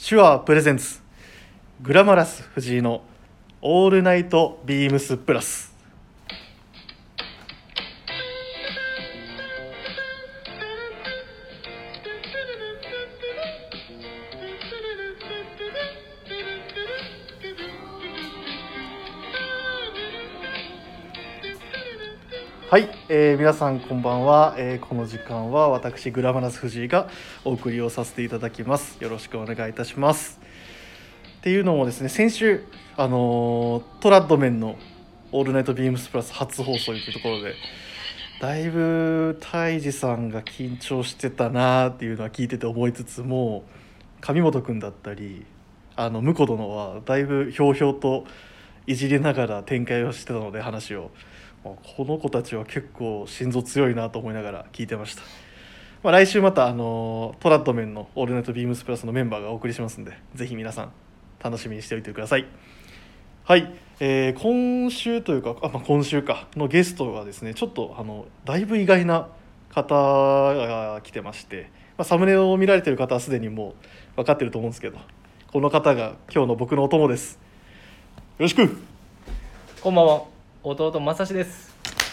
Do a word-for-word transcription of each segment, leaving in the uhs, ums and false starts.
手話プレゼンツグラマラス藤井のオールナイトビームスプラス。はい、えー、皆さんこんばんは、えー、この時間は私グラマラス藤井がお送りをさせていただきます。よろしくお願いいたします。っていうのもですね、先週あのー、トラッドメンのオールナイトビームスプラス初放送というところでだいぶ泰治さんが緊張してたなっていうのは聞いてて思いつつも、上本くんだったりあの婿殿はだいぶひょうひょうといじりながら展開をしてたので、話をこの子たちは結構心臓強いなと思いながら聞いてました。まあ、来週またあのトラッドメンのオールナイトビームスプラスのメンバーがお送りしますんで、ぜひ皆さん楽しみにしておいてください。はい、えー、今週というかあ、まあ、今週かのゲストはですね、ちょっとあのだいぶ意外な方が来てまして、まあ、サムネを見られている方はすでにもう分かってると思うんですけど、この方が今日の僕のお供です。よろしく。 こんばんは、弟正志です。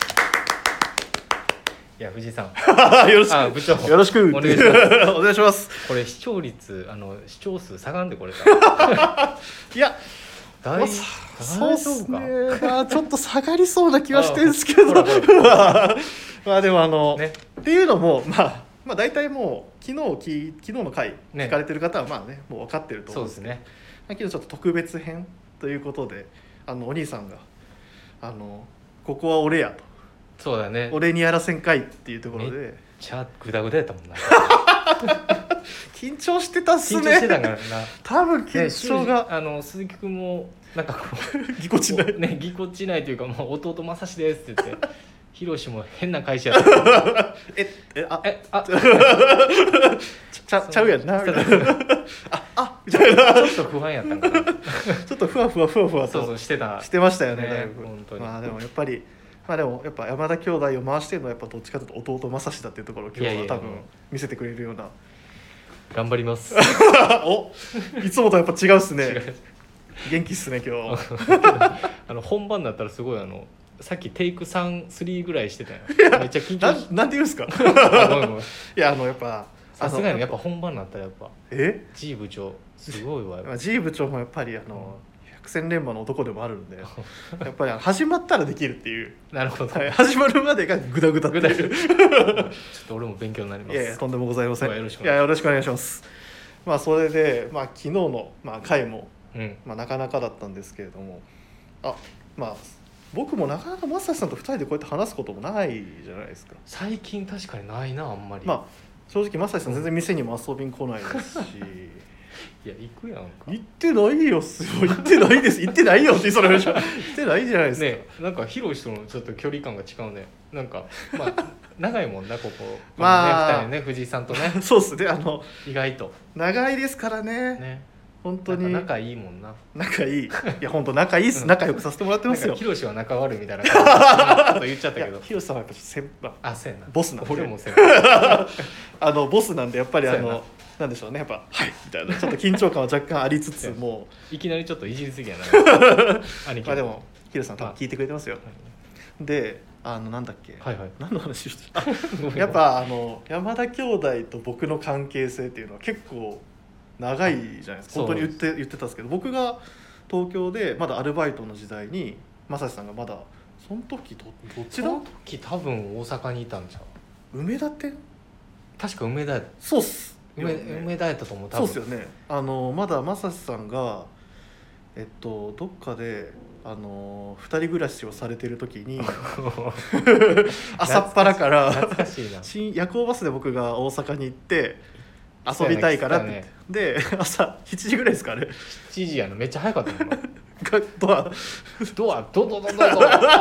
いや藤井さんよろしく。 あ部長よろしくお願いしますお願いします。 これ視聴率あの視聴数下がんでこれからいや大まあ、そうっすね、まあ、ちょっと下がりそうな気はしてるんですけどまあでもあの、ね、っていうのも、まあ、まあ大体もう昨日き昨日の回聞かれてる方はまあね、もう分かってると思うんですけど、そうですね、昨日ちょっと特別編ということで、あのお兄さんがあのここは俺やと、 そうだね、 俺にやらせんかいっていうところでめっちゃグダグダやったもんな緊張してたっすね。 緊張してたからな多分緊張が、 ね、あの鈴木くんもなんかこうぎこちないね、ぎこちないというか、もう弟正志ですって言ってひろしも変な会社やったええあえあちゃちゃうやんなみたいなああみたいな、 ちょっと不安やったんかなちょっとふわふわふわふわとそうそうしてたしてましたよね、 ね、 だいぶ本当に。 まあでもやっぱりまあでもやっぱ山田兄弟を回してるのはやっぱどっちかというと弟正志だっていうところを今日は多分見せてくれるような。 頑張りますおいつもとやっぱ違うっすね元気っすね今日あの本番だったらすごいあのさっきテイクさん、スリーぐらいしてたよ。めっちゃ緊張しななんて言うんですかあごめんごめん。いやあのやっぱさすがにやっぱ本番になったらやっぱえ G 部長すごいわよ。 G 部長もやっぱりあの百戦錬磨の男でもあるんでやっぱり始まったらできるっていうなるほど、 はい、始まるまでがグダグダっていうちょっと俺も勉強になります。 いやいやとんでもございません。 よろしくいやよろしくお願いします。まあそれで、まあ、昨日の、まあ、回も、 うんまあ、なかなかだったんですけれども、あまあ僕もなかなか正志さんとふたりでこうやって話すこともないじゃないですか。 最近確かにないな、あんまり。 まあ正直正志さん全然店にも遊びに来ないですしいや行くやんか。 行ってないよ行ってないです行ってないよってそれ行ってないじゃないですか。 ね、なんか広い人のちょっと距離感が違うね。なんかまあ長いもんなここ。 まあね、ふたりね、藤井さんとね。 そうっすね、あの意外と長いですからね。 ね、 本当に仲いいもんな。 仲いい。いや本当仲いいっす、うん、仲良くさせてもらってますよ。 ヒロシは仲悪いみたいな感じちょっと言っちゃったけど。 ヒロシさんはやっぱ先輩、 あ、そうやな。 ボスなんで。 俺もそうやあのボスなんでやっぱりあのなんでしょうね、やっぱはいみたいなちょっと緊張感は若干ありつつもいきなりちょっといじりすぎやな。 兄貴。まあでもヒロさん多分聞いてくれてますよ。で、あのなんだっけ、 はいはい、 何の話をしてやっぱあの山田兄弟と僕の関係性っていうのは結構長いじゃないですか。本当に言って言ってたんですけど、僕が東京でまだアルバイトの時代に正志さんがまだその時 ど, どっちだその時多分大阪にいたんちゃう。 梅田店、 確か梅田や。 そうっす、 梅, 梅田やったと思う。多分そうっすよね。あのまだ正志さんがえっとどっかであのふたり暮らしをされてる時に朝っぱらから懐かしいな新夜行バスで僕が大阪に行って遊びたいからって、ね、で朝しちじぐらいですかね。 しちじやのめっちゃ早かったもんなドアドアドドドドド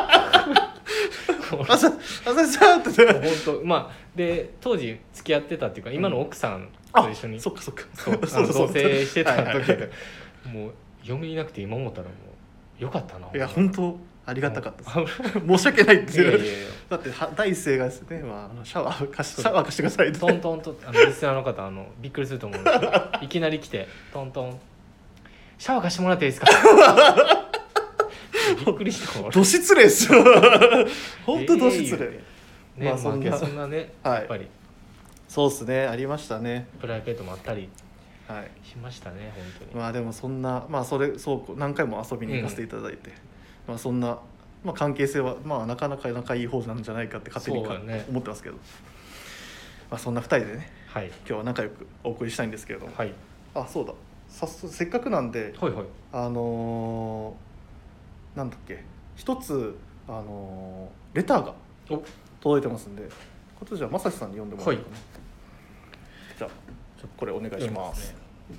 朝朝さんってね、 本当まあで当時付き合ってたっていうか今の奥さんと一緒に、 うん、そっかそっかそうあの同棲してた時でもう嫁いなくて今思ったらもうよかったな。 いや本当ありがたかったです。申し訳ないっていう。 いやいやいやだっては第一声がですね、まあ、あのシャワー貸しシャワー貸してくださいって。 トントンとあのリスナーの方あのびっくりすると思うんですけどいきなり来てトントンシャワー貸してもらっていいですかびっくりしたもんど失礼ですよ。本当ど失礼。 ね、まあそんなそんなね、 はい、 やっぱりそうですね、ありましたね。 プライベートもあったりはいしましたね、本当に。 まあでもそんなまあそれそう何回も遊びに行かせていただいて、うん、まあそんなまあ関係性はまあなかなか仲いい方なんじゃないかって勝手にか、ね、思ってますけど、まあそんなふたりでね、はい、今日は仲良くお送りしたいんですけれども、はい、あそうだ早速せっかくなんで、はいはい、あのー、なんだっけ一つあのー、レターが届いてますんで、これじゃあまさしさんに読んでもらおうかな、はい、じゃあこれお願いします。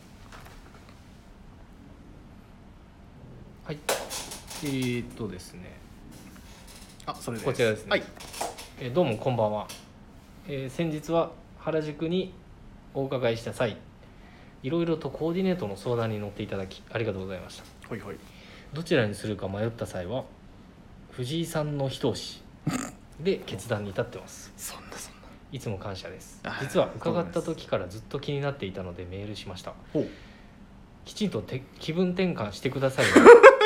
はい、えー、っとですねあそれですこちらですね、 はい、 えー、どうもこんばんは、えー、先日は原宿にお伺いした際いろいろとコーディネートの相談に乗っていただきありがとうございました。 はいはい、 どちらにするか迷った際は藤井さんの一押しで決断に至ってます。 そんなそんないつも感謝です。実は伺った時からずっと気になっていたのでメールしました。きちんとて気分転換してください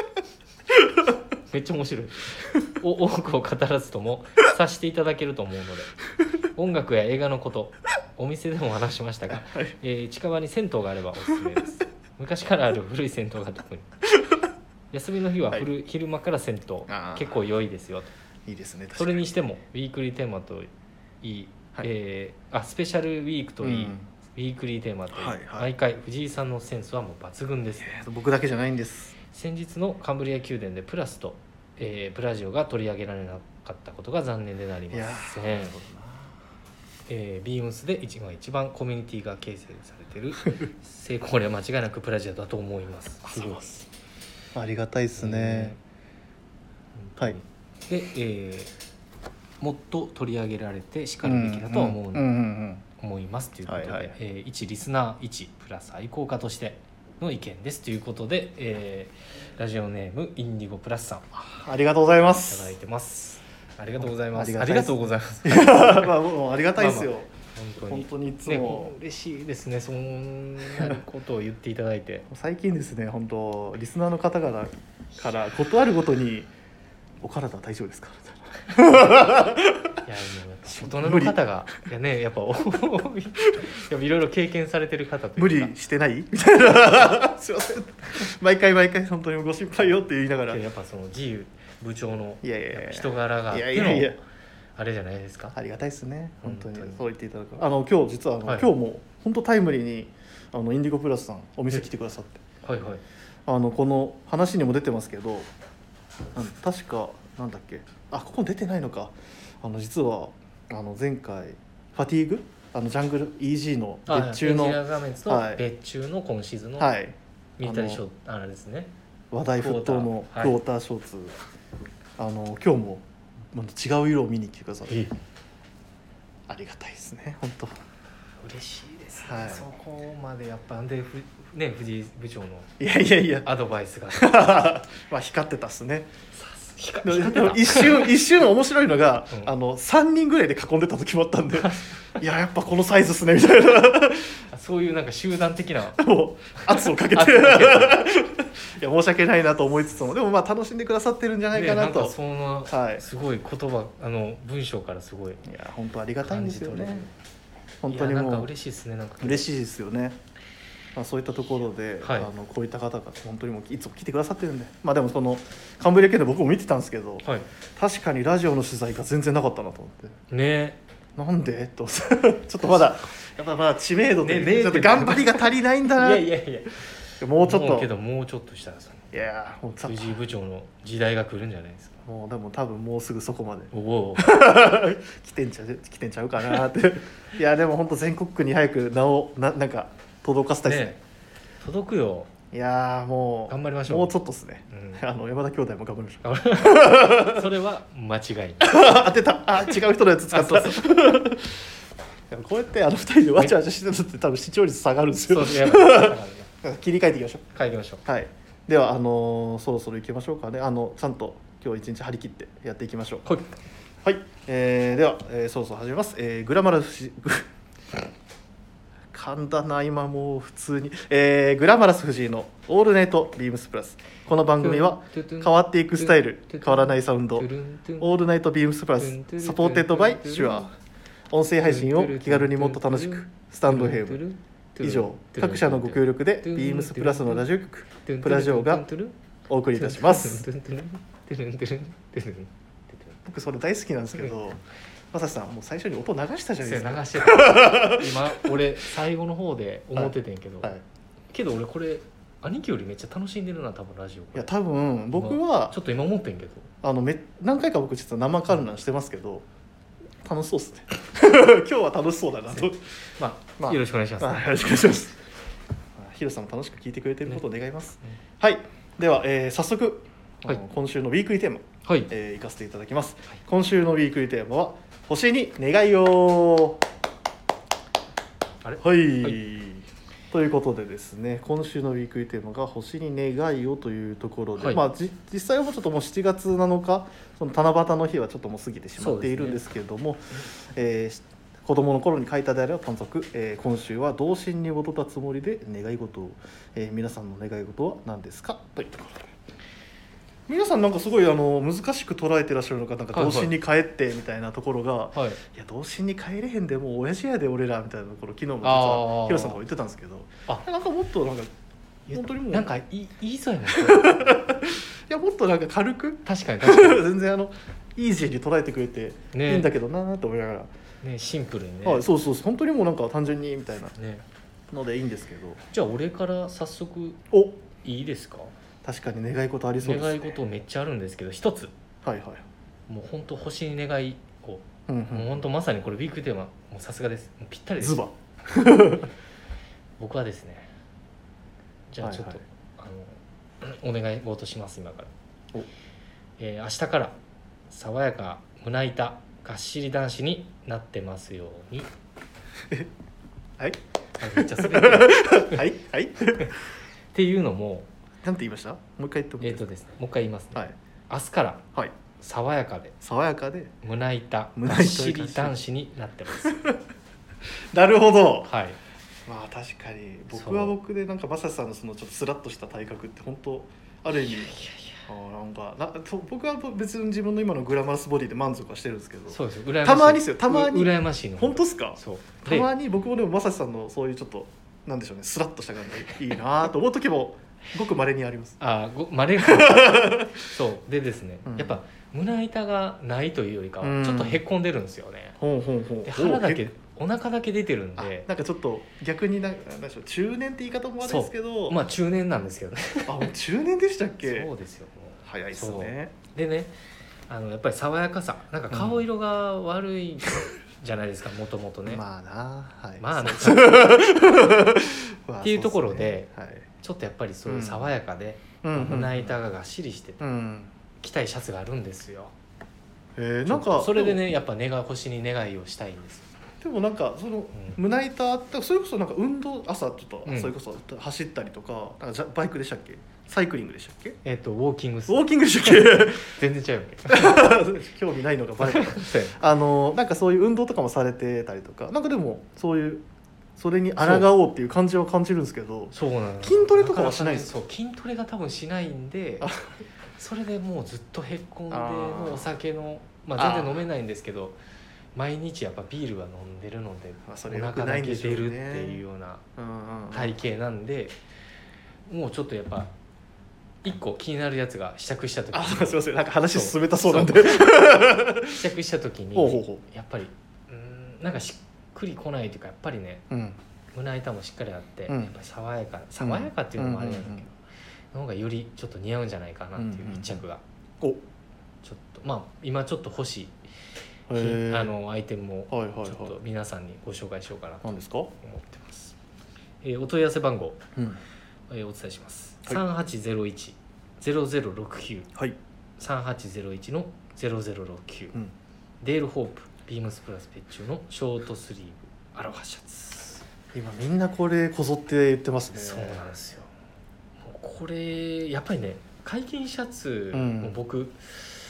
めっちゃ面白いお多くを語らずとも察していただけると思うので音楽や映画のことお店でも話しましたが、はい、えー、近場に銭湯があればおすすめです。昔からある古い銭湯が特に休みの日は、はい、昼間から銭湯結構良いですよと。 いいですね。 それにしてもウィークリーテーマといい、はい、えー、あスペシャルウィークといい、うん、ウィークリーテーマといい、はいはい、毎回藤井さんのセンスはもう抜群です、ね、 僕だけじゃないんです。 先日のカンブリア宮殿でプラスと、えー、プラジオが取り上げられなかったことが残念でなりません。えー、ビームスで一番一番コミュニティが形成されている成功例は間違いなくプラジオだと思います。すごいありがたいですね、えー、はい。 で、えー、もっと取り上げられてしかるべきだとは思う、うんうんうん、思いますということで、はいはい、えー、一リスナーいちプラス愛好家としての意見ですということで、えー、ラジオネームインディゴプラスさんありがとうございます。 いただいてます。ありがとうございます。ありがとうございます。 まあもうありがたいですよ。まあまあ本当に本当にいつも、 ね、嬉しいですね。そんなことを言っていただいて最近ですね本当リスナーの方々からことあるごとにお体は大丈夫ですかいやもうやっぱ大人の方がいやねやっぱいろいろ経験されてる方というか無理してないみたいなすいません毎回毎回本当にご心配よって言いながらやっぱその自由部長のいやいやいや人柄があってのいやいやいやあれじゃないですか。 ありがたいですね本当にそう言っていただく。あの今日実はあの、はい、今日も本当タイムリーにあのインディゴプラスさんお店来てくださって、 はいはい、 あのこの話にも出てますけど確かなんだっけあここ出てないのかあの実はあの前回ファティーグあのジャングル イージー の別注のエンジニアガーメンツと別注の今シーズンのミリタリーショート、はい、あれですね話題沸騰のクォーターショーツ、はい、あの今日も違う色を見に来てくださって、ありがたいですね本当嬉しいですね、 はい、 そこまでやっぱでふ、ね、藤井部長のいやいやいやアドバイスがまあ光ってたっすね。 光ってた一瞬一瞬面白いのが、うん、あのさんにんぐらいで囲んでた時もあったんでいややっぱこのサイズっすねみたいなそういうなんか集団的なもう圧をかけていや申し訳ないなと思いつつもでもまあ楽しんでくださってるんじゃないかなと、ね、 なんかそんな、はい、すごい言葉あの文章からすごいいや本当ありがたいんですよね。本当にもうなんか嬉しいですね。なんか嬉しいですよね。まあ、そういったところで、はい、あのこういった方が本当にもういつも来てくださってるんで、まあでもそのカンブリア県で僕も見てたんですけど、はい、確かにラジオの取材が全然なかったなと思ってね。 なんでとちょっとまだやっぱまだ知名度で、ね、ちょっと頑張りが足りないんだな。 いやいやいやもうちょっともうけどもうちょっとしたらさいやもう藤井部長の時代が来るんじゃないですか。 もうでも多分もうすぐそこまでおお来てんちゃう来てんちゃうかなっていやでも本当全国区に早く名をななんか届かせたいですね。ね届くよ。 いやもう頑張りましょう。 もうちょっとですね、うん、あの山田兄弟も頑張りましょうそれは間違い当てたあ違う人のやつ使った。そうそうそうこうやってあのふたりでわちゃわちゃしてるのって多分視聴率下がるんですよ。そうや切り替えていきましょう。 変えていきましょう。 はい。ではあのー、そろそろ行きましょうかね。あのちゃんと今日一日張り切ってやっていきましょう。 はい、 はい、えー、では、えー、そろそろ始めます、えー、グラマラス噛んだな今もう普通に、えー、グラマラス藤井のオールナイトビームスプラス。この番組は変わっていくスタイル、変わらないサウンド、オールナイトビームスプラスサポーテッドバイシュア。音声配信を気軽にもっと楽しく、スタンドヘイブ。以上各社のご協力でビームスプラスのラジオ局プラジオがお送りいたします。僕それ大好きなんですけど、まさしさんもう最初に音流したじゃないですか。 流してた今俺最後の方で思っててんけど、はいはい、けど俺これ兄貴よりめっちゃ楽しんでるな多分ラジオ。いや多分僕はちょっと今思ってんけど、 あのめ何回か僕実は生観覧してますけど、楽しそうっすね今日は楽しそうだなと、 まあ、まあ、よろしくお願いします、ね、 よろしくお願いします。ヒロさんも楽しく聞いてくれていることを願います、ね、はい。では、えー、早速、はい、今週のウィークリーテーマ、はいえー、行かせていただきます、はい、今週のウィークリーテーマは星に願いを。あれ、はい、はい、ということでですね、今週のウィークリーテーマが星に願いをというところで、はい、まあ、じ実際はもうちょっともうしちがつなのかその七夕の日はちょっともう過ぎてしまっているんですけれども、ねえー、子供の頃に書いたであれば短冊、えー、今週は童心に戻ったつもりで願い事を、えー、皆さんの願い事は何ですかというところで、皆さんなんかすごいあの難しく捉えてらっしゃるのか、なんか童心に帰ってみたいなところが、はいはい、いや童心に帰れへんでもう親父やで俺らみたいなところ昨日も実はヒロさんが言ってたんですけど、あなんかもっとなんか本当にもうなんか言い言いそうやもんいやもっとなんか軽く確かに確かに全然あのイージーに捉えてくれていいんだけどなと思いながら、 ね、シンプルにね、 はい、そうそう本当にもうなんか単純にみたいなのでいいんですけど、ね、 じゃあ俺から早速おいいですか。 確かに願い事ありそうですね。 願い事めっちゃあるんですけど一つ、 はいはい、 もう本当星に願いを、うんうん、もう本当まさにこれウィークテーマもうさすがです、もうぴったりです。 ズバ僕はですね、じゃあちょっと、はいはい、あのお願い事します今から。お、えー、明日から爽やか胸板がっしり男子になってますようにはいめっちゃ滑ってるはいはいっていうのもなんて言いました？もう一回言ってもいいですか？ えーとですね、もう一回言いますね、はい、明日から爽やかで爽やかで胸板がっしり男子になってますなるほど、 はい、 まあ確かに僕は僕でなんかまさしさんのそのちょっとスラッとした体格って本当ある意味、いやいやいやあなんかな僕は別に自分の今のグラマラスボディで満足はしてるんですけど、 そうですよ、羨ましい、 たまにですよ、たまに羨ましいの。 本当ですか？ そうたまに僕もでもまさしさんのそういうちょっとなんでしょうね、スラッとした感じいいなと思う時もごく稀にあります。 あご稀そうでですね、うん、やっぱ胸板がないというよりかはちょっとへこんでるんですよね、うん、ほうほうほう、で腹だけお腹だけ出てるんで、 なんかちょっと逆にな、なんでしょう、中年って言い方もあるんですけど、 まあ中年なんですけどねあもう中年でしたっけ？ そうですよ、もう早いですね。 でね、あのやっぱり爽やかさ、なんか顔色が悪いじゃないですか、もともとね。 まあな、はい、 まあなっていうところで、はい、ちょっとやっぱりそういう爽やかで、うん、胸板ががっしりしてて、うん、着たいシャツがあるんですよ。 えー、なんかそれでね、やっぱ願い星に願いをしたいんですよ。 でもなんかその胸板あったそれこそなんか運動朝ちょっと、うん、それこそ走ったりとか、なんかバイクでしたっけ、サイクリングでしたっけ、 えっ、ー、とウォーキングウォーキングでしたっけ全然違うよね興味ないのがバレたあのなんかそういう運動とかもされてたりとか、なんかでもそういうそれに抗おうっていう感じは感じるんですけど、 そうなの、 筋トレとかはしないんですか？ そう、筋トレが多分しないんでそれでもうずっとへこんでのお酒の、まあ、全然飲めないんですけど毎日やっぱビールは飲んでるので、まあ、それお腹だけ出るっていうような体型なんで、もうちょっとやっぱ一個気になるやつが試着した時に、 あ、すいません、なんか話進めたそうなんで試着した時にやっぱりうんなんかしっくりこないというか、やっぱりね、うん、胸板もしっかりあって、うん、やっぱり爽やか爽やかっていうのもあれなんだけど、うんうんうん、の方がよりちょっと似合うんじゃないかなっていう一着が、うんうんうん、ちょっとまあ今ちょっと欲しいあのアイテムもちょっと皆さんにご紹介しようかなと思ってます。えー、お問い合わせ番号、うんえー、お伝えします、はい、さんはちゼロいち ゼロゼロろくきゅう、はい、さんはちゼロいちのゼロゼロろくきゅう、うん、デールホープビームスプラス別注のショートスリーブアロハシャツ。 今みんなこれこぞって言ってますね。 そうなんですよ。これやっぱりね、解禁シャツも僕、うん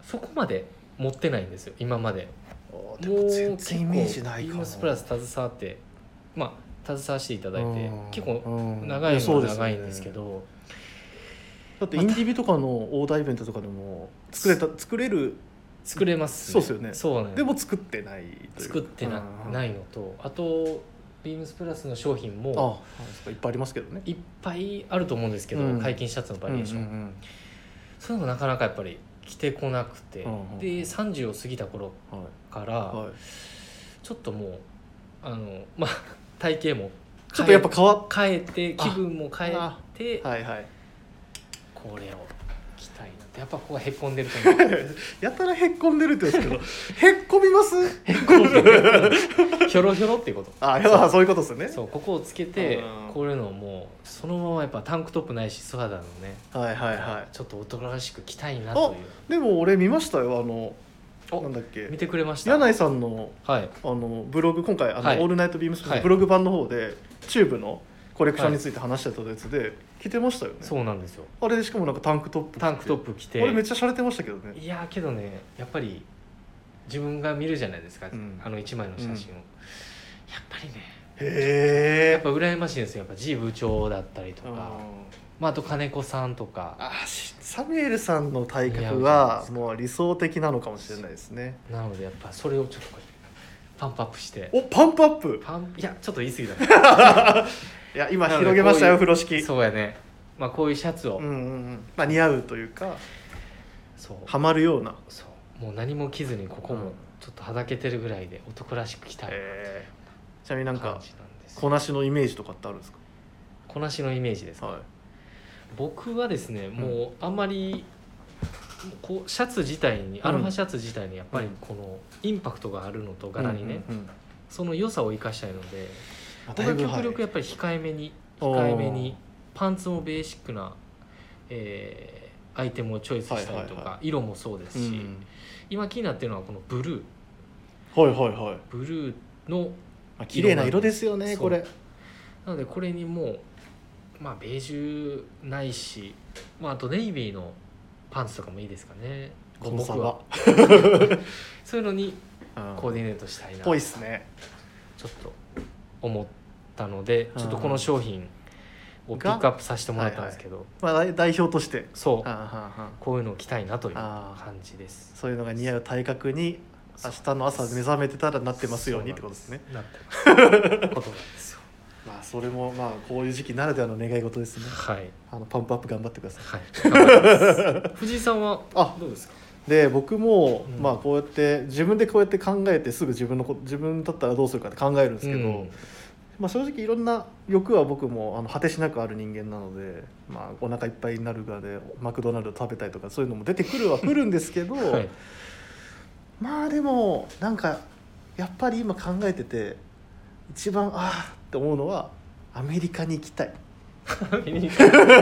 そこまで持ってないんですよ今まで。 でも全然イメージないかも。 ビームスプラス携わってまあ携わしていただいて、 うん、 結構うん長いのは長いんですけど、 だってインディビとかのオーダーイベントとかでも作れた作れる作れますね。そうですよね。 そうね。 でも作ってないという作ってな、 うん、 ないのと、あとビームスプラスの商品もあいっぱいありますけどね。 いっぱいあると思うんですけど、うん、解禁シャツのバリエーション、うんうんうん、そういうのもなかなかやっぱり着てこなくて、うんうん、でさんじゅうを過ぎた頃から、はいはい、ちょっともうあのまあ体型もちょっとやっぱ変わ変えて気分も変えて、 はいはい、 これを着たいなって。やっぱここがへっこんでると思うやたらへっこんでるって言うんですけどへっこみますへっこんでるひょろひょろっていうこと。 ああそういうことですよね。 そうここをつけてこれのもうそのままやっぱタンクトップないし素肌のね、 はいはいはい、 ちょっと男らしく着たいなという。 でも俺見ましたよ、あのなんだっけ、 見てくれました。 柳井さんの、 はい、 あのブログ今回あの、はい、オールナイトビームスのはい、 ブログ版の方でチューブのコレクションについて話してたやつで、はい、着てましたよね。 そうなんですよ。 あれでしかもなんかタンクトップ着てタンクトップ着てあれめっちゃ洒落てましたけどね。 いやけどねやっぱり自分が見るじゃないですか、うん、あのいちまいの写真を、うん、やっぱりねへえやっぱ羨ましいんですよ。やっぱ G 部長だったりとか、まあ、あと金子さんとか。 あサミュエルさんの体格はもう理想的なのかもしれないですね。 なのでやっぱそれをちょっとパンプアップして。 おパンプアップパンいやちょっと言い過ぎだねいや今広げましたよ風呂敷。 そうやね、まあ、こういうシャツを、 うんうんうんまあ、似合うというかそうはまるような。 そうもう何も着ずにここもちょっとはだけてるぐらいで男らしく着たい、 えー、ちなみになんかこなしのイメージとかってあるんですか？ こなしのイメージですか、はい、僕はですね、うん、もうあんまりこうシャツ自体に、うん、アロハシャツ自体にやっぱりこのインパクトがあるのと柄にね、うんうんうん、その良さを生かしたいので僕は極力やっぱり控えめに控えめにパンツもベーシックな、えー、アイテムをチョイスしたりとか、はいはいはい、色もそうですし、うん、今気になってるのはこのブルー、はいはいはい、 ブルーの綺麗な色ですよねこれ。 なのでこれにもうまあベージュないし、まあ、あとネイビーのパンツとかもいいですかね僕はそういうのにコーディネートしたいなぽいっすねちょっと思ったので、ちょっとこの商品をピックアップさせてもらったんですけど、 はいはいまあ、代表としてそうこういうのを着たいなという感じです。 そういうのが似合う体格に明日の朝目覚めてたらなってますようにってことですね。 なってますことなんですよまあそれもまあこういう時期ならではの願い事ですね。 はい。 あのパンプアップ頑張ってください。はい。藤井さんはどうですか？ で僕も、うん、まあこうやって自分でこうやって考えてすぐ自分のこと自分だったらどうするかって考えるんですけど、うん、まあ正直いろんな欲は僕もあの果てしなくある人間なので、まあお腹いっぱいになるがでマクドナルド食べたいとかそういうのも出てくるはくるんですけど、はい、まあでもなんかやっぱり今考えてて一番ああって思うのはアメリカに行きたい。 アメリカ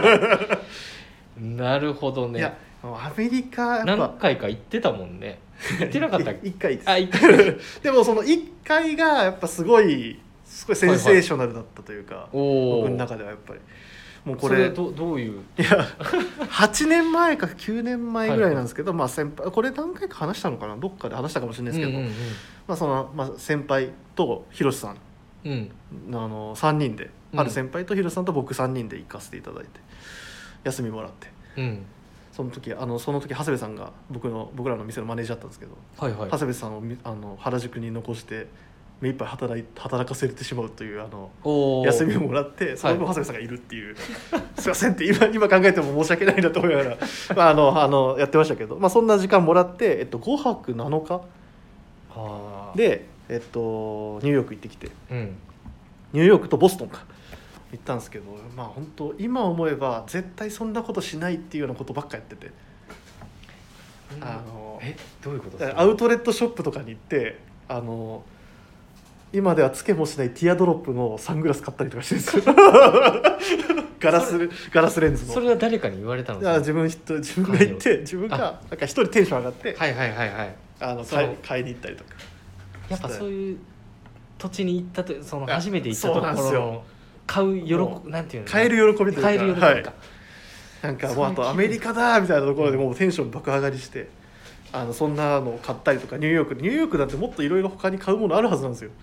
なるほどね。 いやアメリカやっぱ何回か行ってたもんね。行ってなかったっけ？ いっかいです。 あ、いっかいでもそのいっかいがやっぱすごいすごいセンセーショナルだったというか、はいはい、僕の中ではやっぱりもうこれそれどどういういやはちねんまえかきゅうねんまえぐらいなんですけど、はいはい、まあ先輩これ何回か話したのかなどっかで話したかもしれないですけど、うんうんうん、まあそのまあ先輩とひろしさん、うん、あのさんにんで、うん、ある先輩とひろしさんと僕さんにんで行かせていただいて休みもらって、うん、その時あのその時長谷部さんが僕の僕らの店のマネージャーだったんですけど、はいはい、長谷部さんをあの原宿に残して目いっぱい働い働かせてしまうというあの休みをもらってその分長谷部さんがいるっていう、はい、すいませんって 今, 今考えても申し訳ないなと思いながら、まあ、あのあのやってましたけど、まあ、そんな時間もらって、えっと、ごはくなのかで、えっと、ニューヨーク行ってきて、うん、ニューヨークとボストンか行ったんですけど、まあ本当今思えば絶対そんなことしないっていうようなことばっかやってて、 うん、あのえどういうことですか？ アウトレットショップとかに行ってあの今ではつけもしないティアドロップのサングラス買ったりとかしてるんですよガラスガラスレンズの。 それは誰かに言われたのですか？ 自分自分が行って自分がなんか一人テンション上がってはいはいはいはいあの買い買いに行ったりとか。 やっぱそういう土地に行ったとその初めて行ったところの買う喜びなんていうの買える喜びというか買える喜びか、 はい、なんかもうあとアメリカだみたいなところでもうテンション爆上がりしてあのそんなのを買ったりとか、ニューヨークニューヨークだってもっといろいろ他に買うものあるはずなんですよ。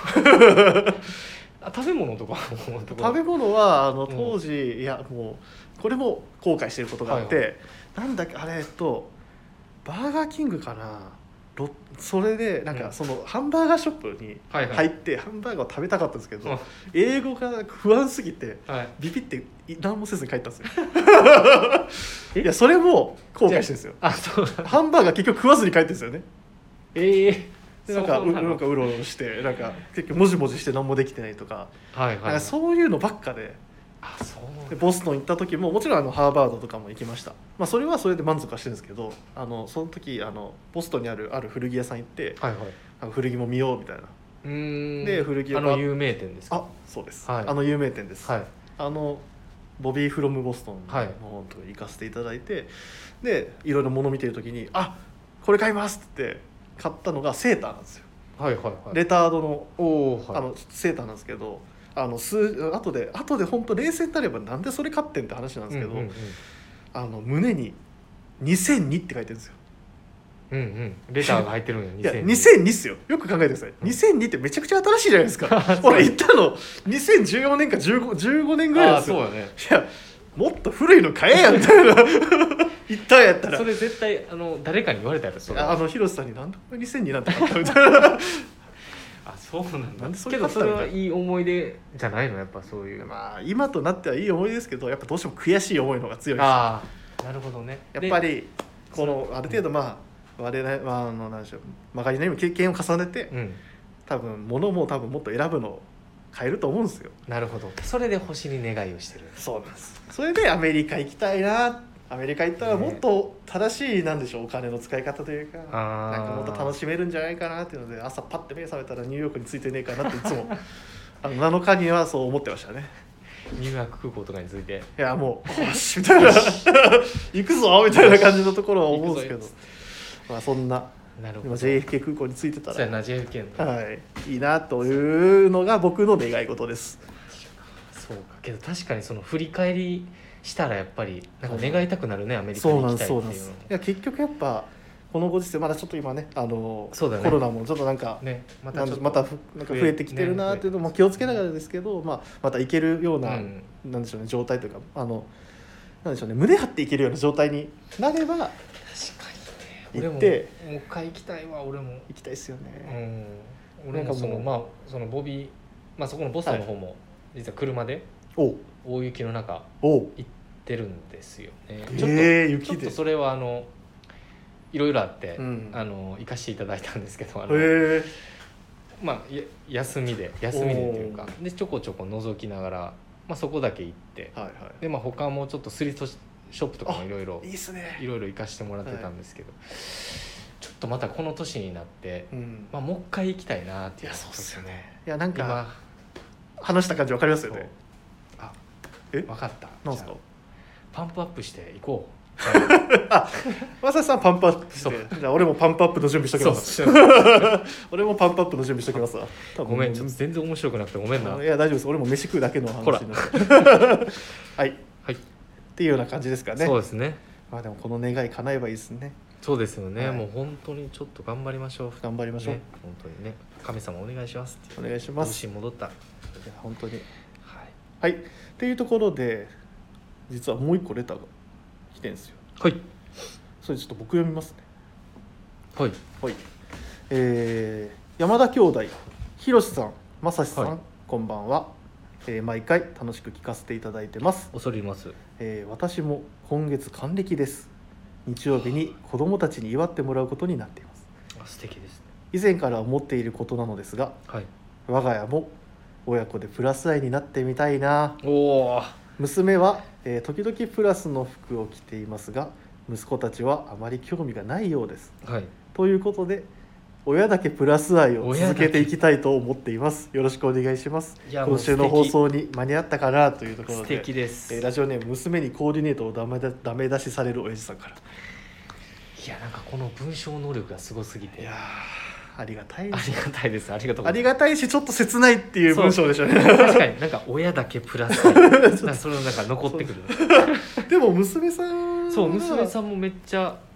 あ食べ物とか食べ物はあの当時、うん、いやもうこれも後悔してることがあって、はいはい、なんだっけあれえっとバーガーキングかな、ロそれでなんかそのハンバーガーショップに入ってハンバーガーを食べたかったんですけど、英語が不安すぎてビビって何もせずに帰ったんですよ。いやそれも後悔してるんですよ。あそうハンバーガー結局食わずに帰ってるんですよね。ええー、でなんかうなんかうろうろしてなんか結局もじもじして何もできてないとか、はいはいはい、なんかそういうのばっかで。あそうでボストン行った時ももちろんあのハーバードとかも行きました。まあ、それはそれで満足はしてるんですけど、あのその時あのボストンにあるある古着屋さん行って、はいはい、あの古着も見ようみたいな。うーんで古着屋があの有名店ですか。 あそうです、はい、あの有名店です、はい、あのボビー・フロム・ボストンの方と行かせていただいて、はい、でいろいろ物見てる時にあこれ買いますって買ったのがセーターなんですよ。はいはいはい、レタード の, お、はい、あのセーターなんですけど、あの数後で後で本当冷静になればなんでそれ買ってんって話なんですけど、うんうんうん、あの胸ににせんにって書いてるんですよ。うんうん、レターが入ってるんよ。いやにせんにっすよ。よく考えてください、うん、にせんにってめちゃくちゃ新しいじゃないですか。俺行ったのにせんじゅうよねんかじゅうご、じゅうごねんぐらいですよ。あそうよね。いやもっと古いの買えやみたいな言ったんやったらそれ絶対あの誰かに言われたやろ。それあの広瀬さんになんでにせんになんて買ったみたいなあそうなんだ。なんでそれ買ったの。けどそれはいい思い出じゃないのやっぱそういう。 まあ今となってはいい思い出ですけど、やっぱどうしても悔しい思いの方が強いです。 ああなるほどね。 やっぱりこのある程度まあ我々、まあ、あの何でしょう曲がりなりにも経験を重ねて、うん、多分物も多分もっと選ぶのを変えると思うんですよ。 なるほど。それで星に願いをしてる。 そうなんです。それでアメリカ行きたいな、アメリカ行ったらもっと正しいなんでしょうお金の使い方というか、なんかもっと楽しめるんじゃないかなっていうので、朝パッて目覚めたらニューヨークに着いてねえかなっていつもあのなのかにはそう思ってましたね。 ニューヨーク空港とかに着いていやもうよしみたいな行くぞみたいな感じのところは思うんですけど、まあそんななるほど ジェイエフケー 空港に着いてたらそうやな ジェイエフケー の、 はい、いいなというのが僕の願い事です。 そうか。けど確かにその振り返りしたらやっぱりなんか願いたくなるね、アメリカに行きたいっていうの。そうなんです。いや結局やっぱこのご時世まだちょっと今ねあのそうだね、コロナもちょっとなんか、ね、またちょっとまたなんか増えてきてるなっていうのも気をつけながらですけど、ねまあ、また行けるような、うん、なんでしょうね状態というかあのなんでしょうね胸張っていけるような状態になれば確かにね行って俺ももう一回行きたいわ。俺も行きたいですよね。 うん、俺もそのまあそのボビー、まあ、そこのボストンの方も実は車で大雪の中行ってるんですよね。ちょっと、えー、雪でちょっとそれはあのいろいろあって、うん、あの行かせていただいたんですけど、あの、えー、まあ休みで休みでっていうかでちょこちょこ覗きながら、まあ、そこだけ行って、はいはい、でまあ他もちょっとスリートショップとかもいろいろいろいろ行かせてもらってたんですけど、はい、ちょっとまたこの年になって、うんまあ、もう一回行きたいなっていう。いやそうっすよね。いやなんか今話した感じ分かりますよね。 あえ分かった。 なんすか。 パンプアップしていこう。 あ、まさしさんパンプアップして、じゃあ俺もパンプアップの準備しときます。俺もパンプアップの準備しときますわ。 ごめん、ちょっと全然面白くなくてごめんな。 いや大丈夫です。俺も飯食うだけの話になってはいはいっていうような感じですかね。 そうですね。 まあでもこの願い叶えばいいですね。 そうですよね、はい、もう本当にちょっと頑張りましょう。 頑張りましょう、ね、 本当にね。神様お願いしますって。 お願いします。 心戻った。いや本当にはい、はい、っていうところで実はもう一個レターが来てるんですよ。 はい。 それちょっと僕読みますね。 はい。 はい。えー、山田兄弟、ひろしさん、まさしさん、はい、こんばんは、えー。毎回楽しく聞かせていただいてます。 恐れ入ります。 えー、私も今月還暦です。日曜日に子供たちに祝ってもらうことになっています。 あ、素敵ですね。 以前から思っていることなのですが、はい、我が家も親子でプラス愛になってみたいな。おー。娘は、えー、時々プラスの服を着ていますが息子たちはあまり興味がないようです、はい、ということで親だけプラス愛を続けていきたいと思っています。よろしくお願いします。今週の放送に間に合ったかなというところで素敵です、 えー、ラジオネーム娘にコーディネートをダメだダメ出しされる親父さんから。 いやなんかこの文章能力がすごすぎていやありがたいありがたいです。ありがとうございます。 ありがたいしちょっと切ないっていう文章でしょうね。 確かになんか親だけプラスなんかそれなんか残ってくる。 でも娘さんそう娘さんもめっちゃ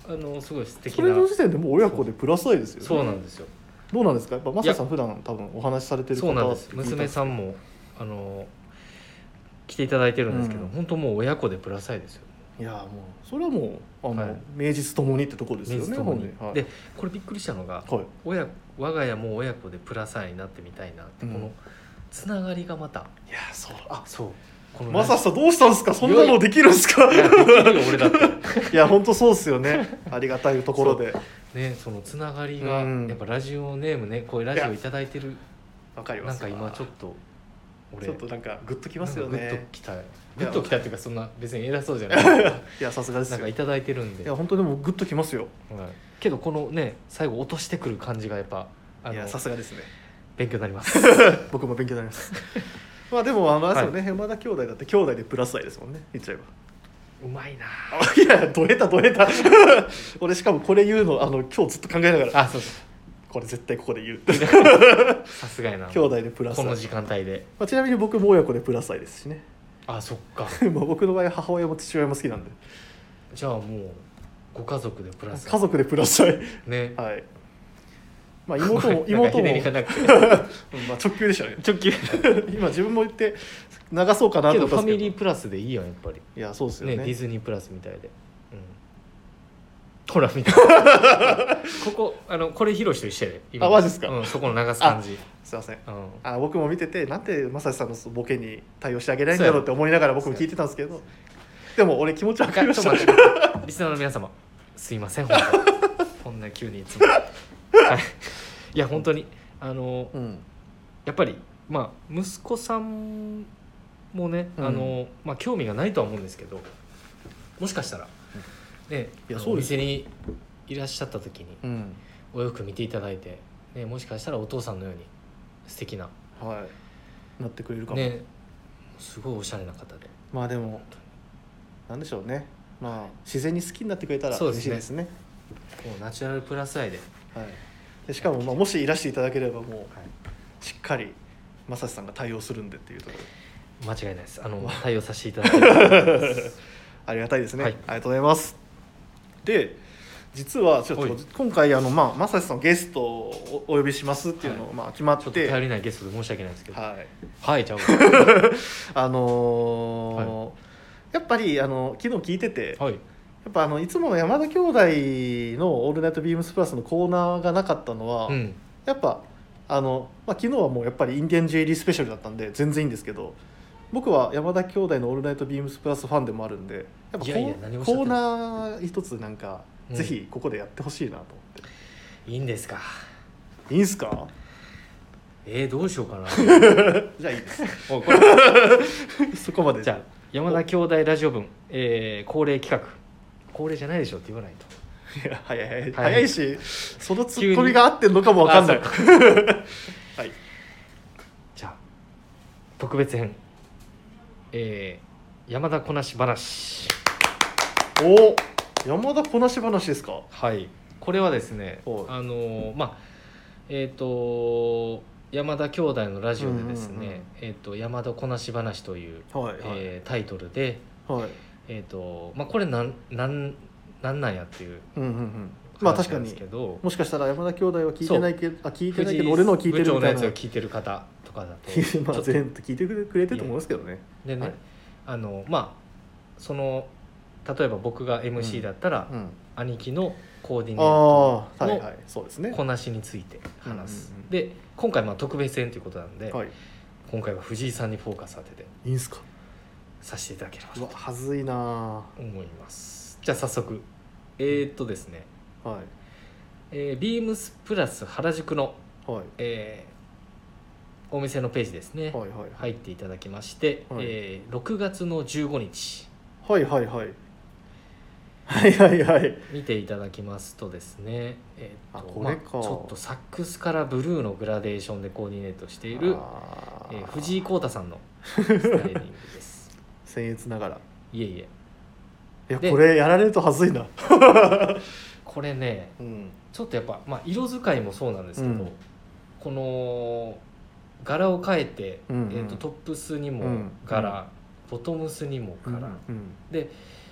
あのすごい素敵そなれの時点でもう親子でプラス愛ですよね。 そうなんですよ。 どうなんですか、やっぱマサさん普段多分お話しされてる方そうなんです。 って聞いた娘さんもあの来ていただいてるんですけど、 うん本当もう親子でプラス愛ですよ。 いやもうそれはもうあの、 はい名実ともにってところですよね。 名実ともにほんではい、 でこれびっくりしたのが、 はい、 親我が家も親子でプラス愛になってみたいなって、 うんこのつながりがまたいやそうあそうこのマサさんどうしたんですか、そんなのできるんですか。 いやできるよ俺だっていや本当そうですよね。ありがたいところでね、そのつながりが、 うんやっぱラジオネームね、こういうラジオいただいてる、 わかります。 なんか今ちょっと俺ちょっとなんかグッときますよね。 グッときたグッときたっていうか、そんな別に偉そうじゃないいやさすがですよ。いなんかいただいてるんで、 や本当でもグッときますよ。 はい、けどこのね最後落としてくる感じがやっぱあのいやさすがですね。 勉強になります僕も勉強になりますまあでもあのあれですよね、山田兄弟だって兄弟でプラス愛ですもんね、言っちゃえば。 うまいなあいやど下手ど下手俺しかもこれ言うのあの今日ずっと考えながらあそうそこれ絶対ここで言ううさすがやな兄弟でプラス愛、 この時間帯でまあ、ちなみに僕も親子でプラス愛ですしねあそっかまあ僕の場合は母親も父親も好きなんでじゃあもうご家族でプラス家族でプラス愛ねはいまあ妹もなんか妹も、 ひねりがなくてまあ直球でしたね直球今自分も言って流そうかなけと思ったんですけどどファミリープラスでいいやんやっぱりいやそうですよねねディズニープラスみたいで、うん、ほら見たここあのこれヒロシと一緒やで今あマジっすかうん、そこの流す感じ、 すいませんうん、 あ僕も見ててなんで正志さんのボケに対応してあげないんだろうって思いながら僕も聞いてたんですけどでも俺気持ちわかりましたちょっと待ってリスナーの皆様すいません本当こんな急にいつもはいいや本当にあのうんやっぱりまあ息子さんもね、 うんあのまあ興味がないとは思うんですけどもしかしたらねいやあのそうですよお店にいらっしゃった時にうんお洋服見ていただいて、ね、もしかしたらお父さんのように素敵なはいなってくれるかも、 ねすごいおしゃれな方でまあでもなんでしょうねまあ自然に好きになってくれたらそうですね嬉しいですねもうナチュラルプラス愛で、 はいでしかもまあもしいらしていただければもうはいしっかり正志さんが対応するんでっていうところ間違いないですあの対応させていただければありがたいですね、 はいありがとうございますで実はちょっとはい今回あのまあ正志さんをゲストをお呼びしますっていうのをまあ決まっちょて、 っと頼りないゲストで申し訳ないんですけどはいはいちゃうあのーやっぱりあの昨日聞いてて、 はいやっぱあのいつもの山田兄弟の「オールナイトビームスプラス」のコーナーがなかったのは、 うんやっぱあの、まあ、昨日はもうやっぱりインディアン J リースペシャルだったんで全然いいんですけど僕は山田兄弟の「オールナイトビームスプラス」ファンでもあるんでやっぱこういやいや何をおっしゃってるコーナー一つなんか、 うんぜひここでやってほしいなと思っていいんですかいいんすかえー、どうしようかなじゃあいいですおこれそこまでじゃあ山田兄弟ラジオ分、えー、恒例企画恒例じゃないでしょって言わないといや早い早い、 はい早いしそのツッコミが合ってんのかもわかんないあはいじゃあ特別編、えー、山田こなし話お山田こなし話ですかはいこれはですねはいあのーまあえっ、と山田兄弟のラジオでですね、 うんうんうんえー、と山田こなし話という、 はいはい、 えータイトルではいえっ、とまあこれなんなんなんなんやっていううんうんうんまあ確か話なんですにけど、 もしかしたら山田兄弟は聞いてないけどあ聞いてないけ藤井ど俺のを聞いてる部長のみたいなやつを聞いてる方とかだとまあちょっと全部聞いてくれてると思いますけどねでね、 はいあのまあその例えば僕が エムシー だったら、 うん兄貴のコーディネあーあトのはいはいそうですねこなしについて話す、 うんうんうんで今回まあ特別編ということなんで、 はい今回は藤井さんにフォーカス当てていいんすかさせていただければうとわはずいなは思いますじゃあ早速えー、っとですね、 いえー、ビームスプラス原宿の、 はいえーお店のページですね、 はいはい入っていただきまして、 はいえーろくがつのじゅうごにちはいはいはいはいはいはい見ていただきますとですね、えーっとあこれかまあ、ちょっとサックスからブルーのグラデーションでコーディネートしている、 あーえー藤井耕太さんのスタイリングです僭越ながらいえいえいやでこれやられるとはずいなこれねうんちょっとやっぱ、まあ、色使いもそうなんですけど、 うんこの柄を変えて、 うんうんえー、とトップスにもうん柄、ボトムスにも柄、 うんで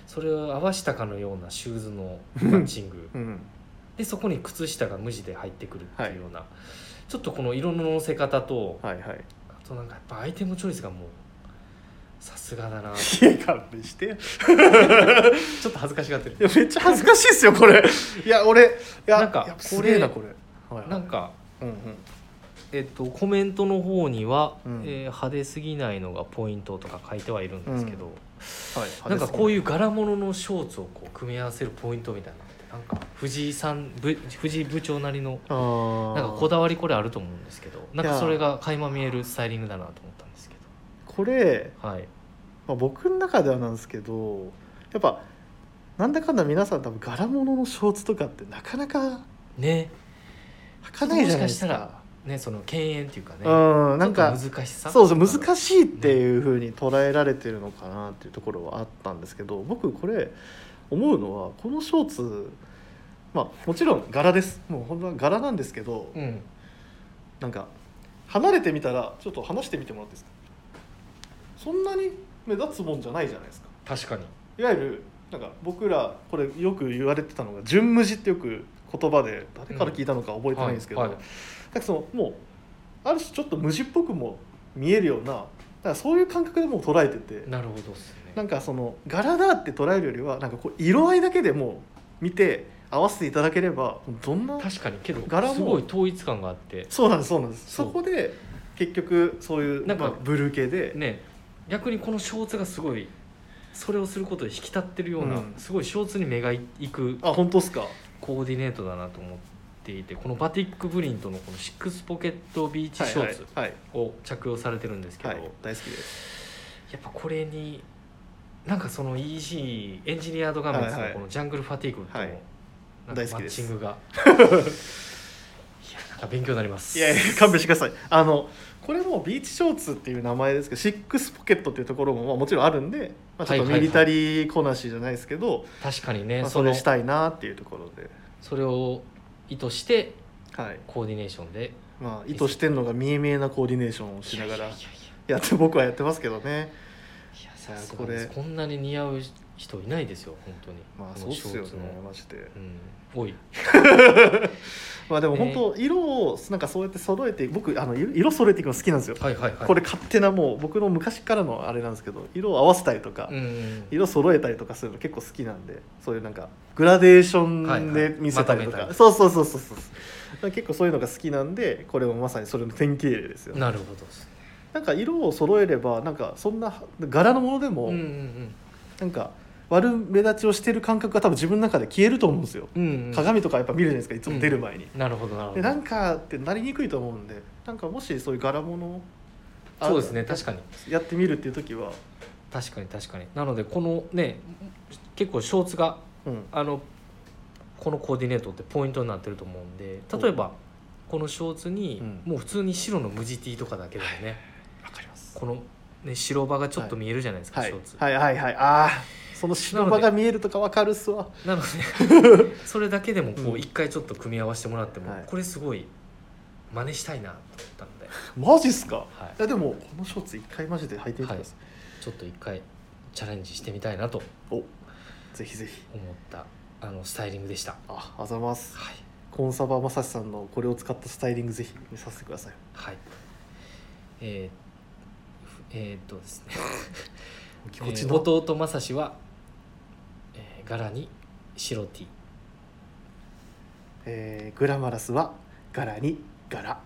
それを合わしたかのようなシューズのマッチング、 うん、 でそこに靴下が無地で入ってくるっていうような、 はちょっとこの色の乗せ方と、 はいはい。 あとなんかやっぱアイテムチョイスがもうさすがだな。 いや勘弁してちょっと恥ずかしがってる。 いやめっちゃ恥ずかしいっすよこれ。いや俺いやなんかやっぱすげえなこれ、はいはい、 なんか、 うんうん、 えっと、コメントの方には、 うんえー派手すぎないのがポイントとか書いてはいるんですけど、 はい、 なんかこうういう柄物のショーツをこう組み合わせるポイントみたいなのってなんか藤井さんぶ藤井部長なりのあなんかこだわりこれあると思うんですけど、なんかそれが垣間見えるスタイリングだなと思ったんですけこれ、 ど、はい、 まあ、僕の中ではなんですけどやっぱなんだかんだ皆さん多分柄物のショーツとかってなかなかね、 履かないじゃないですか。 もしかしたらね、その敬遠っていうかね、 うんなんかちょっと難しさ、 そうそう難しいっていう風に捉えられてるのかなっていうところはあったんですけど、僕これ思うのはこのショーツ、まあもちろん柄です、もう本当は柄なんですけど、 うん、 なんか離れてみたらちょっと離してみてもらっていいですか。そんなに目立つもんじゃないじゃないですか。 確かにいわゆるなんか僕らこれよく言われてたのが純無地ってよく言葉で誰から聞いたのか覚えてないんですけど、 うんはいはい、 なんかそのもうある種ちょっと無地っぽくも見えるような、だからそういう感覚でもう捉えてて、 なるほどですね。 なんかその柄だって捉えるよりはなんかこう色合いだけでもう見て合わせていただければどんな確かにけど柄もすごい統一感があって、 そうなんですそうなんです。 そそうこで結局そういうなんか、 まあ、ブルー系で、 ね、逆にこのショーツがすごいそれをすることで引き立ってるような、 うんすごいショーツに目がいくあ本当ですか。 コーディネートだなと思っていて、このバティックプリントのこのシックスポケットビーチショーツはいはいを着用されてるんですけど、 はいはい、大好きです。 やっぱこれになんかその イージー エンジニアード画面のこのジャングルファティーグとのはいなんかマッチングが、いやなんか勉強になります。 いやいや勘弁してください。あのこれもビーチショーツっていう名前ですけどシックスポケットっていうところもまあもちろんあるんで、まあ、ちょっとミリタリーこなしじゃないですけど、 確かにね、 まあ、それしたいなっていうところで、 それを意図してはいコーディネーションで、 まあ、意図してんのが見え見えなコーディネーションをしながらいやいやいやいやって僕はやってますけどね。 いやさすがです。こんなに似合う人いないですよ本当に。 まあそうっすよねマジで、 うん、多いまあでも本当色をなんかそうやって揃えて、僕あの色揃えていくの好きなんですよ、 はいはいはい、 これ勝手なもう僕の昔からのあれなんですけど、色を合わせたりとか、 うん、 色揃えたりとかするの結構好きなんで、そういうなんかグラデーションで見せたりとか、 はいはい、 そうそうそうそうそう結構そういうのが好きなんで、これもまさにそれの典型例ですよ。 なるほどですね。 なんか色を揃えればなんかそんな柄のものでも、 うんうんうん、 なんか悪目立ちをしてる感覚が多分自分の中で消えると思うんですよ、 うんうん、 鏡とかやっぱ見るじゃないですか、いつも出る前に、 うん、なるほどなるほど。 でなんかってなりにくいと思うんで、なんかもしそういう柄物そうですね、確かにやってみるっていう時は確かに確かに。なのでこのね結構ショーツが、 うん、 あのこのコーディネートってポイントになってると思うんで、例えばこのショーツに、もう普通に白の無地 T とかだけでもね、 わかります。 この、ね、白場がちょっと見えるじゃないですか、 はい、 ショーツ。 はいはいはい、ああその白場が見えるとかわかるっすわ。 なのでそれだけでもこう一回ちょっと組み合わせてもらっても、 はい、 これすごい真似したいなと思ったので。 マジっすか、 はい、 いやでもこのショーツ一回マジで履いてみてください、はい、 ちょっと一回チャレンジしてみたいなとおぜひぜひ思ったあのスタイリングでした。 ああざます、 はい、 コンサバまさしさんのこれを使ったスタイリングぜひ見させてください。 はい、えー、えー、っとですね気持ちの、 えー、弟まさしは、えー、柄に白 T、 えー、グラマラスは柄に柄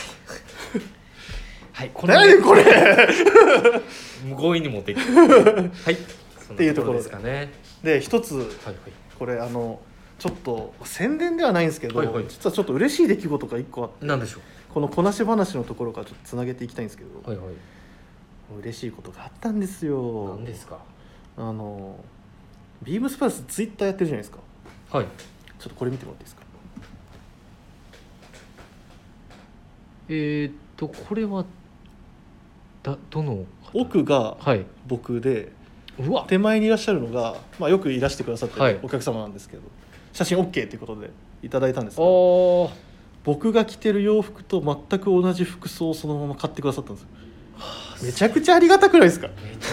はいこれ何これ強引に持っていくはいっていうところですかね。 で一つ、 はいはい、 これあのちょっと宣伝ではないんですけど、 はいはい、 実はちょっと嬉しい出来事が一個あって、 何でしょう。 このこなし話のところからちょっとつなげていきたいんですけど、 はいはい、 嬉しいことがあったんですよ。 何ですか。 あのビームスプラスツイッターやってるじゃないですか。 はい、 ちょっとこれ見てもらっていいですか。 えー、っとこれはだどの奥が僕で、はい、 うわ手前にいらっしゃるのが、まあ、よくいらしてくださってるお客様なんですけど、はい、写真 OK ということでいただいたんですけど、僕が着てる洋服と全く同じ服装をそのまま買ってくださったんですよ。めちゃくちゃありがたくないですか。 めちゃ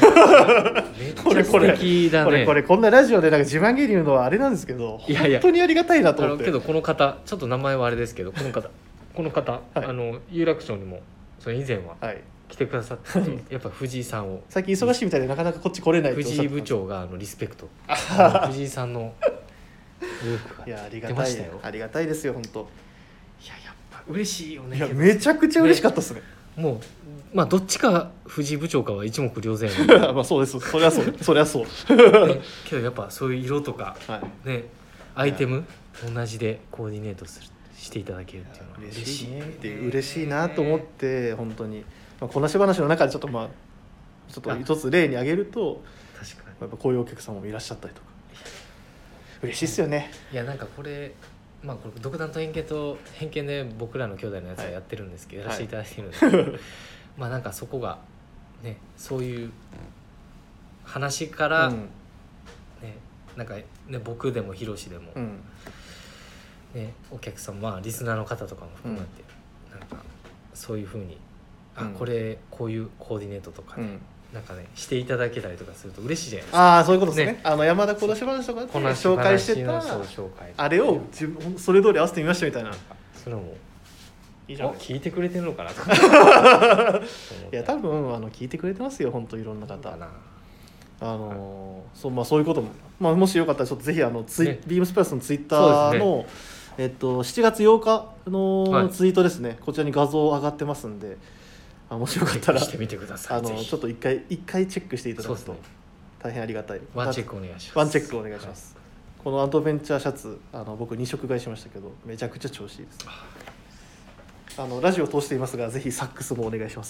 めっちゃ素敵だね。 これこれこんなラジオでなんか自慢げに言うのはあれなんですけど、 いやいや本当にありがたいなと思って。 けどこの方ちょっと名前はあれですけど、この方この方、はい、あの有楽町にもそれ以前は来てくださって、はい、やっぱ藤井さんを最近忙しいみたいでなかなかこっち来れないと藤井部長があのリスペクト藤井さんの努力が出ましたよ。 ありがたいですよ本当。 いややっぱ嬉しいよね。 いやめちゃくちゃ嬉しかったですね。 ねもうまあどっちか藤井部長かは一目瞭然まあそうですそりゃそうそりゃそう、 ね、けどやっぱそういう色とか、はい、ねアイテム同じでコーディネートするしていただけるっていうのは嬉しいねって嬉しいなと思って本当に、まあ、こなし話の中でちょっとまあちょっと一つ例に挙げると確かにやっぱこういうお客様もいらっしゃったりとか嬉しいっすよね。 いやなんかこれまあこれ独断と偏見と偏見で僕らの兄弟のやつはやってるんですけど、はい、やらせていただいてるんですけど、はい、まあなんかそこがねそういう話から、うん、ねなんかね僕でもヒロシでも、うんね、お客さんまあリスナーの方とかも含めて、うん、なんかそういう風にあ、うん、これこういうコーディネートとかね、うんなんかねしていただけたりとかすると嬉しいじゃないですか。 ああそういうことですね。ねあの山田小出し話とかで紹介してたあれを自分それ通り合わせてみましたみたいな。 それもいいじゃん聞いてくれてるのかなといや多分あの聞いてくれてますよ本当いろんな方。あのそうまあそういうことも、まあ、もしよかったらちょっとぜひあのツイ、ね、ビームスプラスのツイッターの、ねえっと、しちがつようかのツイートですね、はい、こちらに画像上がってますんで。あもしよかったらしてみてください。 あのちょっと一回一回チェックしていただくと大変ありがたい。 ワンチェックお願いします。 ワンチェックお願いします。はい、このアドベンチャーシャツあの僕に色買いしましたけどめちゃくちゃ調子いいです。あのラジオを通していますがぜひサックスもお願いします。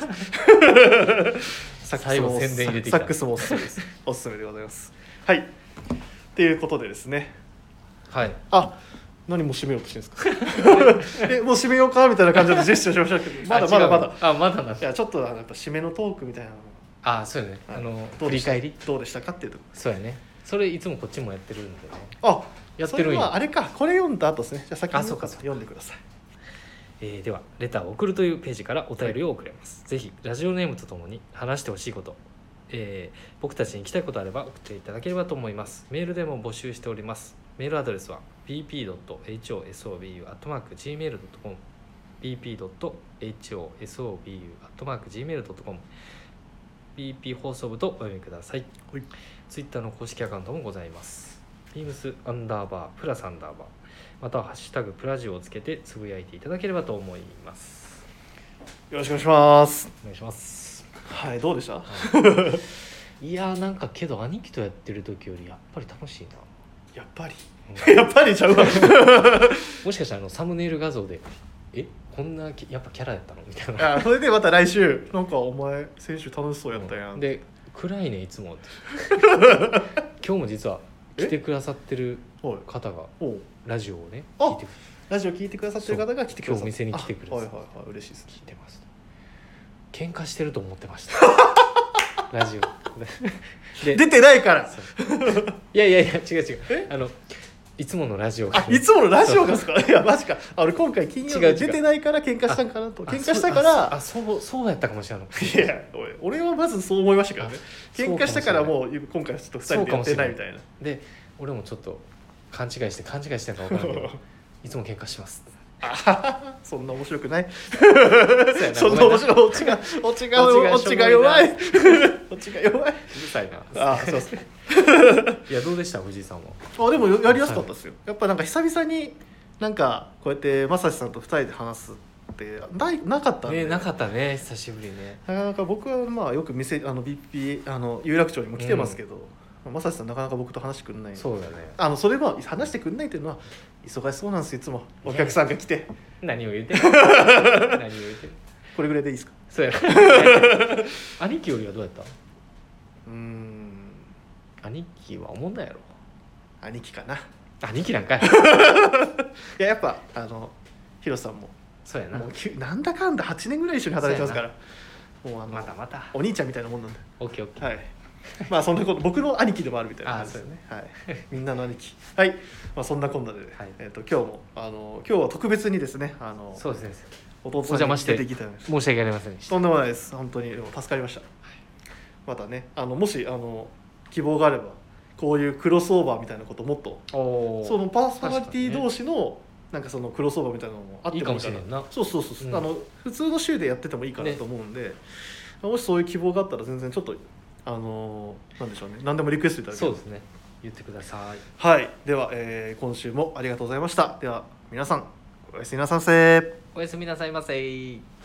サックスも宣伝入れてきた。サックスもおすすめです。おすすめでございます。はい。っていうことでですね。 はい。 あ。何も締めようとしてるんですかえもう締めようかみたいな感じでジェスチャーしましたけどまだまだまだあまだなんいやちょっとやっぱ締めのトークみたいなのあそうよね、はい、あの振り返りどうでしたかっていうとこそうやねそれいつもこっちもやってるんでねあやってるんやそれはあれかこれ読んだ後ですねじゃあ先に読んでください、 えー、ではレターを送るというページからお便りを送れます、はい、ぜひラジオネームとともに話してほしいことえー、僕たちに聞きたいことあれば送っていただければと思います。メールでも募集しております。メールアドレスは ビーピードットエイチオーエスオービーユーアットマークジーメールドットコム ビーピードットエイチオーエスオービーユーアットマークジーメールドットコム ビーピー 放送部とお読みください。はい、ツイッターの公式アカウントもございます。ビームスアンダーバープラスアンダーバーまたはハッシュタグプラジオをつけてつぶやいていただければと思います。 よろしくお願いします。 お願いします。 はいどうでした？ いやなんかけど兄貴とやってる時よりやっぱり楽しいな。 やっぱり、うん、やっぱりちゃうわもしかしたらあのサムネイル画像でえこんなやっぱキャラやったのみたいなあそれでまた来週なんかお前先週楽しそうやったやん、 うん、で暗いねいつもって今日も実は来てくださってる方がラジオをね聞いてラジオ聞いてくださってる方が来てくださって今日お店に来てくださって、 はいはいはい、嬉しいです、 聞いてます。喧嘩してると思ってましたラジオで出てないからいやいやいや違う違うあのいつものラジオが、ね、あいつものラジオがですかいやマジかあ俺今回金曜日出てないから喧嘩したんかなと喧嘩したからあそうそうやったかもしれないいや俺はまずそう思いましたけどね喧嘩したからもう今回ちょっとふたりでやってないみたいなで俺もちょっと勘違いして勘違いしてるか分からないけどいつも喧嘩しますあそんな面白くないそんな面白いオチがオチがオチが弱いオチが弱いうるさいなあそうですねいやどうでした藤井さんはあでもやりやすかったですよ、はい、やっぱなんか久々になんかこうやって正志さんとふたりで話すってないなかったんで、 ね、なかったね久しぶりねなかなか僕はまあよく店あの ビーピー あの有楽町にも来てますけど、うん正志さんなかなか僕と話してくんないそうだねあのそれは話してくんないっていうのは忙しそうなんですよいつもお客さんが来て何を言うてる何を言うてるこれぐらいでいいですかそうや兄貴よりはどうやったうーん兄貴は思んないやろ兄貴かな兄貴なんかいいややっぱあのヒロさんもそうやなもうなんだかんだはちねんぐらい一緒に働いてますからもうあのまたまたお兄ちゃんみたいなもんなんでオッケーオッケーはいまあそんなこと僕の兄貴でもあるみたいな感じですよね、はい、みんなの兄貴はい、まあ、そんなこんなで、はいえー、と今日もあの今日は特別にですねあのそうですね弟さんに出てきた申し訳ありませんでしたとんでもないです本当にでも助かりました、はいまたねあのもしあの希望があればこういうクロスオーバーみたいなこともっとおそのパーソナリティ確かにね同士のなんかそのクロスオーバーみたいなのもあってもいいかないいかもしれんなそうそうそうそう、 うんあの普通の週でやっててもいいかなと思うんで、もしそういう希望があったら全然ちょっとあのなんでしょうね何でもリクエストいただければそうですね言ってください。 はいでは、えー今週もありがとうございました。では皆さんおやすみなさんせ。 おやすみなさいませ。